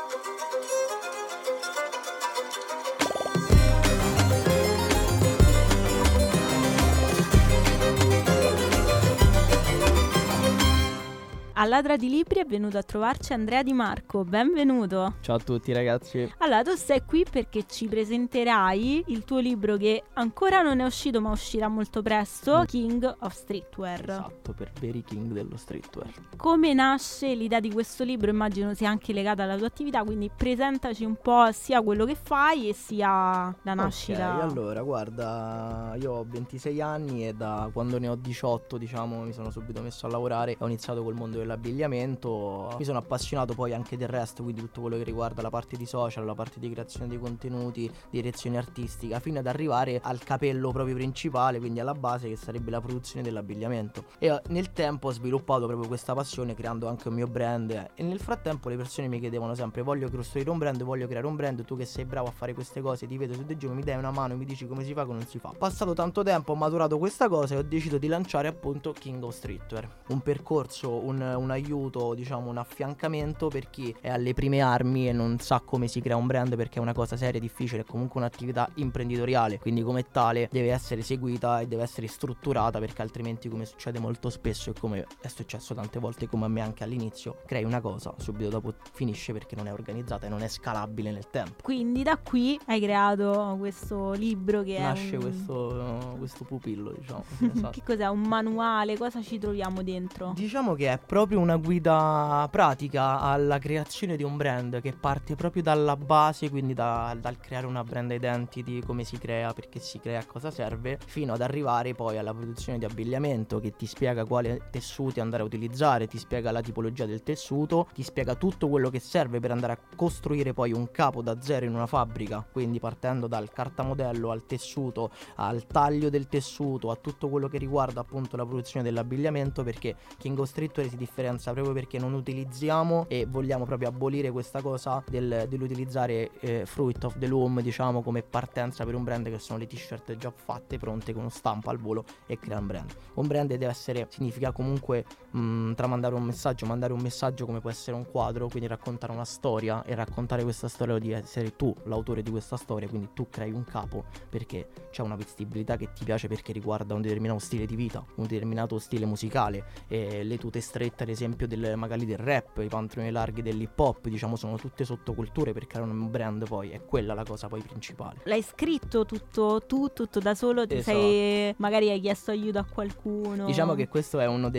A Ladra di Libri è venuto a trovarci Andrea Di Marco, benvenuto. Ciao a tutti ragazzi. Allora, tu sei qui perché ci presenterai il tuo libro che ancora non è uscito ma uscirà molto presto, King of Streetwear. Esatto, per veri king dello streetwear. Come nasce l'idea di questo libro? Immagino sia anche legata alla tua attività, quindi presentaci un po' sia quello che fai e sia la nascita. Ok, allora guarda, io ho 26 anni e da quando ne ho 18 diciamo mi sono subito messo a lavorare. Ho iniziato col mondo dell'abbigliamento, mi sono appassionato poi anche del resto, quindi tutto quello che riguarda la parte di social, la parte di creazione dei contenuti, direzione artistica, fino ad arrivare al capello proprio principale, quindi alla base, che sarebbe la produzione dell'abbigliamento. E nel tempo ho sviluppato proprio questa passione creando anche un mio brand, e nel frattempo le persone mi chiedevano sempre: voglio costruire un brand, voglio creare un brand, tu che sei bravo a fare queste cose, ti vedo su dei giorni, mi dai una mano, mi dici come si fa, come non si fa. Passato tanto tempo ho maturato questa cosa e ho deciso di lanciare appunto King of Streetwear, un percorso, un aiuto, diciamo un affiancamento per chi è alle prime armi e non sa come si crea un brand, perché è una cosa seria, difficile, è comunque un'attività imprenditoriale, quindi come tale deve essere seguita e deve essere strutturata, perché altrimenti, come succede molto spesso e come è successo tante volte come a me anche all'inizio, crei una cosa, subito dopo finisce perché non è organizzata e non è scalabile nel tempo. Quindi da qui hai creato questo libro che nasce è questo pupillo, diciamo. Esatto. Che cos'è? Un manuale? Cosa ci troviamo dentro? Diciamo che è proprio una guida pratica alla creazione di un brand, che parte proprio dalla base, quindi dal creare una brand identity, come si crea, perché si crea, a cosa serve, fino ad arrivare poi alla produzione di abbigliamento, che ti spiega quali tessuti andare a utilizzare, ti spiega la tipologia del tessuto, ti spiega tutto quello che serve per andare a costruire poi un capo da zero in una fabbrica, quindi partendo dal cartamodello al tessuto, al taglio del tessuto, a tutto quello che riguarda appunto la produzione dell'abbigliamento, perché King of Streetwear si differenzia proprio perché non utilizziamo e vogliamo proprio abolire questa cosa dell'utilizzare fruit of the loom, diciamo, come partenza per un brand, che sono le t-shirt già fatte, pronte, con uno stampo al volo, e crea un brand. Un brand deve essere, significa comunque tramandare un messaggio, mandare un messaggio, come può essere un quadro, quindi raccontare una storia, e raccontare questa storia di essere tu l'autore di questa storia, quindi tu crei un capo perché c'è una vestibilità che ti piace, perché riguarda un determinato stile di vita, un determinato stile musicale, le tute strette ad esempio magari del rap, i pantaloni larghi dell'hip hop, diciamo, sono tutte sottoculture per creare un brand, poi è quella la cosa poi principale. L'hai scritto tutto da solo? Esatto. Magari hai chiesto aiuto a qualcuno? Diciamo che questo è uno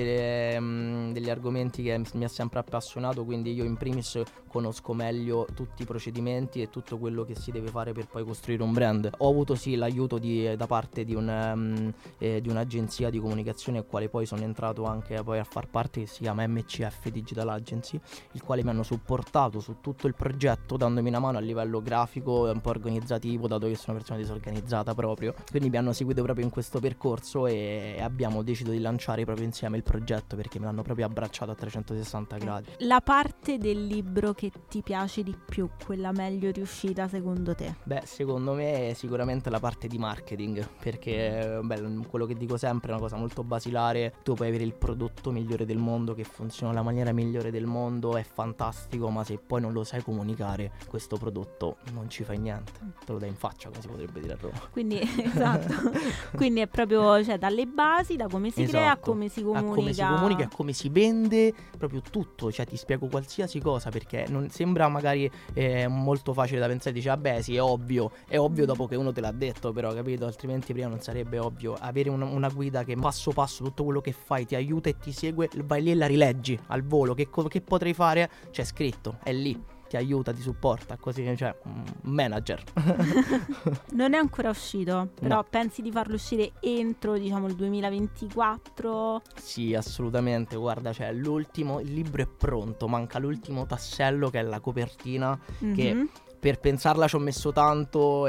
degli argomenti che mi ha sempre appassionato, quindi io in primis conosco meglio tutti i procedimenti e tutto quello che si deve fare per poi costruire un brand. Ho avuto sì l'aiuto da parte di un'agenzia di comunicazione, al quale poi sono entrato anche poi a far parte, che si chiama MCF Digital Agency, il quale mi hanno supportato su tutto il progetto, dandomi una mano a livello grafico e un po' organizzativo, dato che sono una persona disorganizzata proprio, quindi mi hanno seguito proprio in questo percorso e abbiamo deciso di lanciare proprio insieme il progetto, perché me l'hanno proprio abbracciato a 360 gradi. La parte del libro che ti piace di più, quella meglio riuscita secondo te? Beh, secondo me è sicuramente la parte di marketing, perché quello che dico sempre è una cosa molto basilare: tu puoi avere il prodotto migliore del mondo, che funziona alla maniera migliore del mondo, è fantastico, ma se poi non lo sai comunicare, questo prodotto non ci fai niente, te lo dai in faccia, come si potrebbe dire a Roma. Quindi esatto. Quindi è proprio, cioè, dalle basi, da come si crea a come si comunica. A come si comunica, a come si vende, proprio tutto, cioè ti spiego qualsiasi cosa, perché non sembra magari molto facile da pensare, dici vabbè sì, è ovvio dopo che uno te l'ha detto, però capito, altrimenti prima non sarebbe ovvio. Avere una guida che passo passo tutto quello che fai ti aiuta e ti segue, vai lì e la rileggi al volo, che potrei fare, c'è scritto, è lì, ti aiuta, ti supporta, così, cioè un manager. Non è ancora uscito, però no. Pensi di farlo uscire entro, diciamo, il 2024? Sì, assolutamente, guarda, cioè il libro è pronto, manca l'ultimo tassello, che è la copertina, che per pensarla ci ho messo tanto,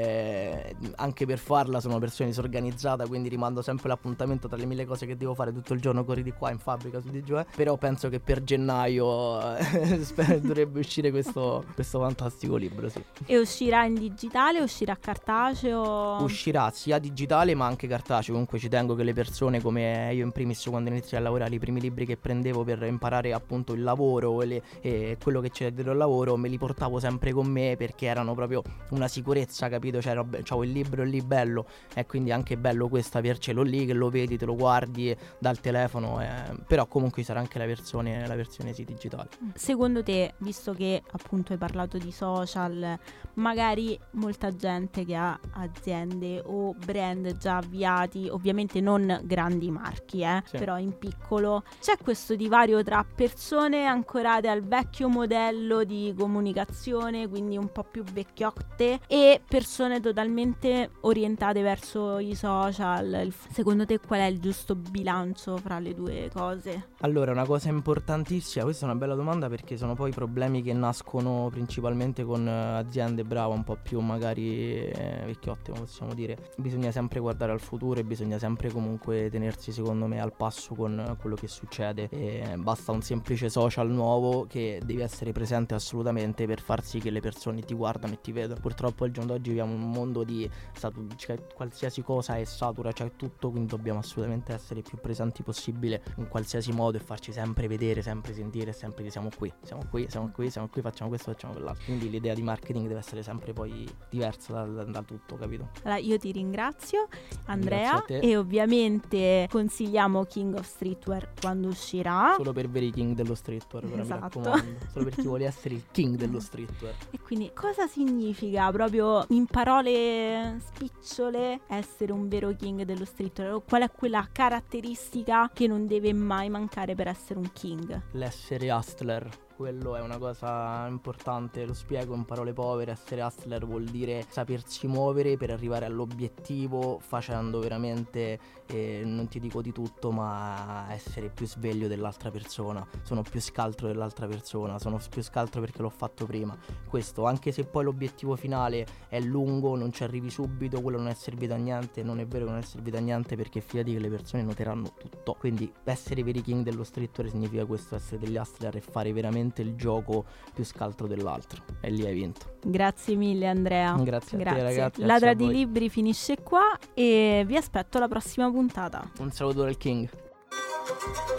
e anche per farla sono una persona disorganizzata, quindi rimando sempre l'appuntamento tra le 1000 cose che devo fare tutto il giorno, corri di qua in fabbrica su di giù, però penso che per gennaio dovrebbe uscire questo fantastico libro, sì. E uscirà in digitale, uscirà cartaceo? Uscirà sia digitale ma anche cartaceo. Comunque ci tengo che le persone, come io in primis quando iniziai a lavorare, i primi libri che prendevo per imparare appunto il lavoro e quello che c'è dietro il lavoro, me li portavo sempre con me, perché erano proprio una sicurezza, capito? Cioè c'avevo il libro lì bello, e quindi anche bello questo, avercelo lì che lo vedi, te lo guardi dal telefono, però comunque sarà anche la versione sì digitale. Secondo te, visto che appunto hai parlato di social, magari molta gente che ha aziende o brand già avviati, ovviamente non grandi marchi, Sì. però in piccolo, c'è questo divario tra persone ancorate al vecchio modello di comunicazione, quindi un po' più vecchiotte, e persone totalmente orientate verso i social. Secondo te qual è il giusto bilancio fra le due cose? Allora, una cosa importantissima, questa è una bella domanda, perché sono poi problemi che nascono principalmente con aziende brave, un po' più magari vecchiotte, possiamo dire. Bisogna sempre guardare al futuro e bisogna sempre comunque tenersi, secondo me, al passo con quello che succede, e basta un semplice social nuovo che devi essere presente assolutamente per far sì che le persone ti guardano e ti vedono. Purtroppo al giorno d'oggi viviamo in un mondo di cioè, qualsiasi cosa è satura, cioè tutto, quindi dobbiamo assolutamente essere più presenti possibile in qualsiasi modo e farci sempre vedere, sempre sentire, sempre che siamo qui, facciamo questo, facciamo quell'altro. Quindi l'idea di marketing deve essere sempre poi diversa da tutto, capito? Allora, io ti ringrazio, Andrea, Grazie a te. e ovviamente consigliamo King of Streetwear quando uscirà. Solo per veri king dello streetwear, però Esatto. mi raccomando. Solo per chi vuole essere il king dello streetwear. E quindi cosa significa proprio in parole spicciole essere un vero king dello streetwear? O qual è quella caratteristica che non deve mai mancare per essere un king? L'essere hustler, quello è una cosa importante, lo spiego in parole povere. Essere hustler vuol dire sapersi muovere per arrivare all'obiettivo facendo veramente, non ti dico di tutto, ma essere più sveglio dell'altra persona. Sono più scaltro dell'altra persona, sono più scaltro perché l'ho fatto prima. Questo, anche se poi l'obiettivo finale è lungo, non ci arrivi subito, quello non è servito a niente. Non è vero che non è servito a niente, perché fidati che le persone noteranno tutto. Quindi essere veri king dello streetwear significa questo, essere degli hustler e fare veramente il gioco più scaltro dell'altro, e lì hai vinto. Grazie mille, Andrea. Grazie a te, ragazzi. Ladra grazie a di voi. libri finisce qua e vi aspetto alla prossima puntata. Un saluto dal King.